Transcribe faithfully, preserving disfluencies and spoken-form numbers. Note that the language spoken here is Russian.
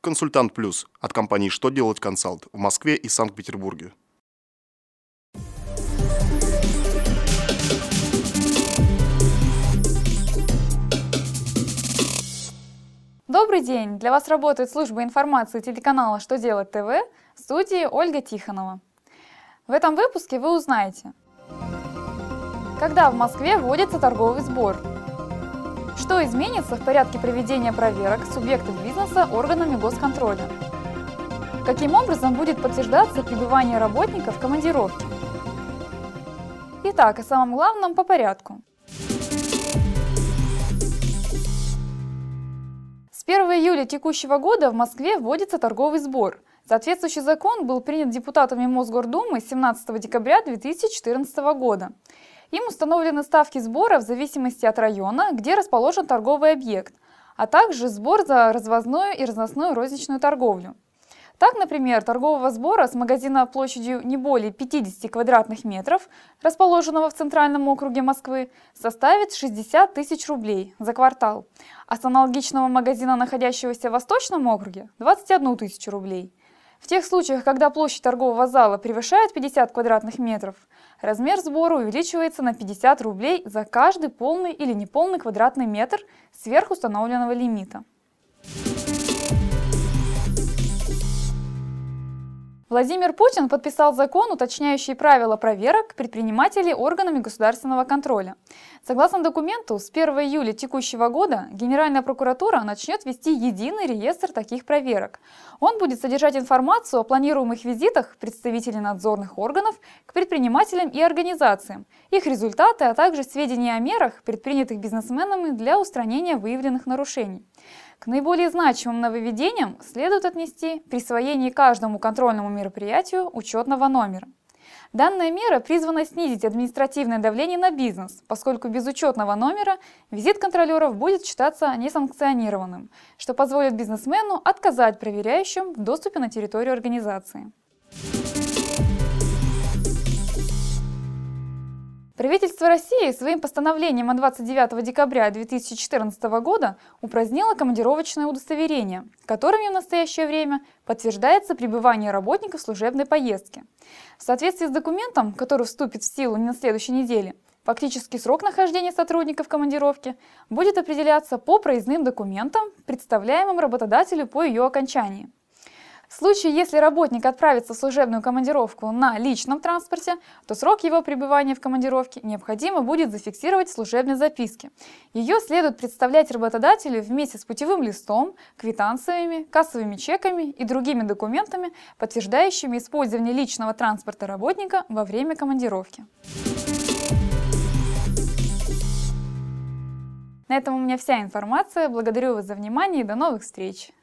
Консультант Плюс от компании «Что делать консалт» в Москве и Санкт-Петербурге. Добрый день! Для вас работает служба информации телеканала «Что делать ТВ», в студии Ольга Тихонова. В этом выпуске вы узнаете, когда в Москве вводится торговый сбор, что изменится в порядке проведения проверок субъектов бизнеса органами госконтроля, каким образом будет подтверждаться пребывание работника в командировке. Итак, о самом главном по порядку. С первого июля текущего года в Москве вводится торговый сбор. Соответствующий закон был принят депутатами Мосгордумы семнадцатого декабря две тысячи четырнадцатого года. Им установлены ставки сбора в зависимости от района, где расположен торговый объект, а также сбор за развозную и разносную розничную торговлю. Так, например, торгового сбора с магазина площадью не более пятидесяти квадратных метров, расположенного в Центральном округе Москвы, составит шестьдесят тысяч рублей за квартал, а с аналогичного магазина, находящегося в Восточном округе, двадцать одну тысячу рублей. В тех случаях, когда площадь торгового зала превышает пятьдесят квадратных метров, размер сбора увеличивается на пятьдесят рублей за каждый полный или неполный квадратный метр сверх установленного лимита. Владимир Путин подписал закон, уточняющий правила проверок предпринимателей органами государственного контроля. Согласно документу, с первого июля текущего года Генеральная прокуратура начнет вести единый реестр таких проверок. Он будет содержать информацию о планируемых визитах представителей надзорных органов к предпринимателям и организациям, их результаты, а также сведения о мерах, предпринятых бизнесменами для устранения выявленных нарушений. К наиболее значимым нововведениям следует отнести присвоение каждому контрольному мероприятию учетного номера. Данная мера призвана снизить административное давление на бизнес, поскольку без учетного номера визит контролеров будет считаться несанкционированным, что позволит бизнесмену отказать проверяющим в доступе на территорию организации. Правительство России своим постановлением от двадцать девятого декабря две тысячи четырнадцатого года упразднило командировочное удостоверение, которыми в настоящее время подтверждается пребывание работника в служебной поездке. В соответствии с документом, который вступит в силу не на следующей неделе, фактический срок нахождения сотрудника в командировке будет определяться по проездным документам, представляемым работодателю по ее окончании. В случае, если работник отправится в служебную командировку на личном транспорте, то срок его пребывания в командировке необходимо будет зафиксировать в служебной записке. Ее следует представлять работодателю вместе с путевым листом, квитанциями, кассовыми чеками и другими документами, подтверждающими использование личного транспорта работника во время командировки. На этом у меня вся информация. Благодарю вас за внимание и до новых встреч!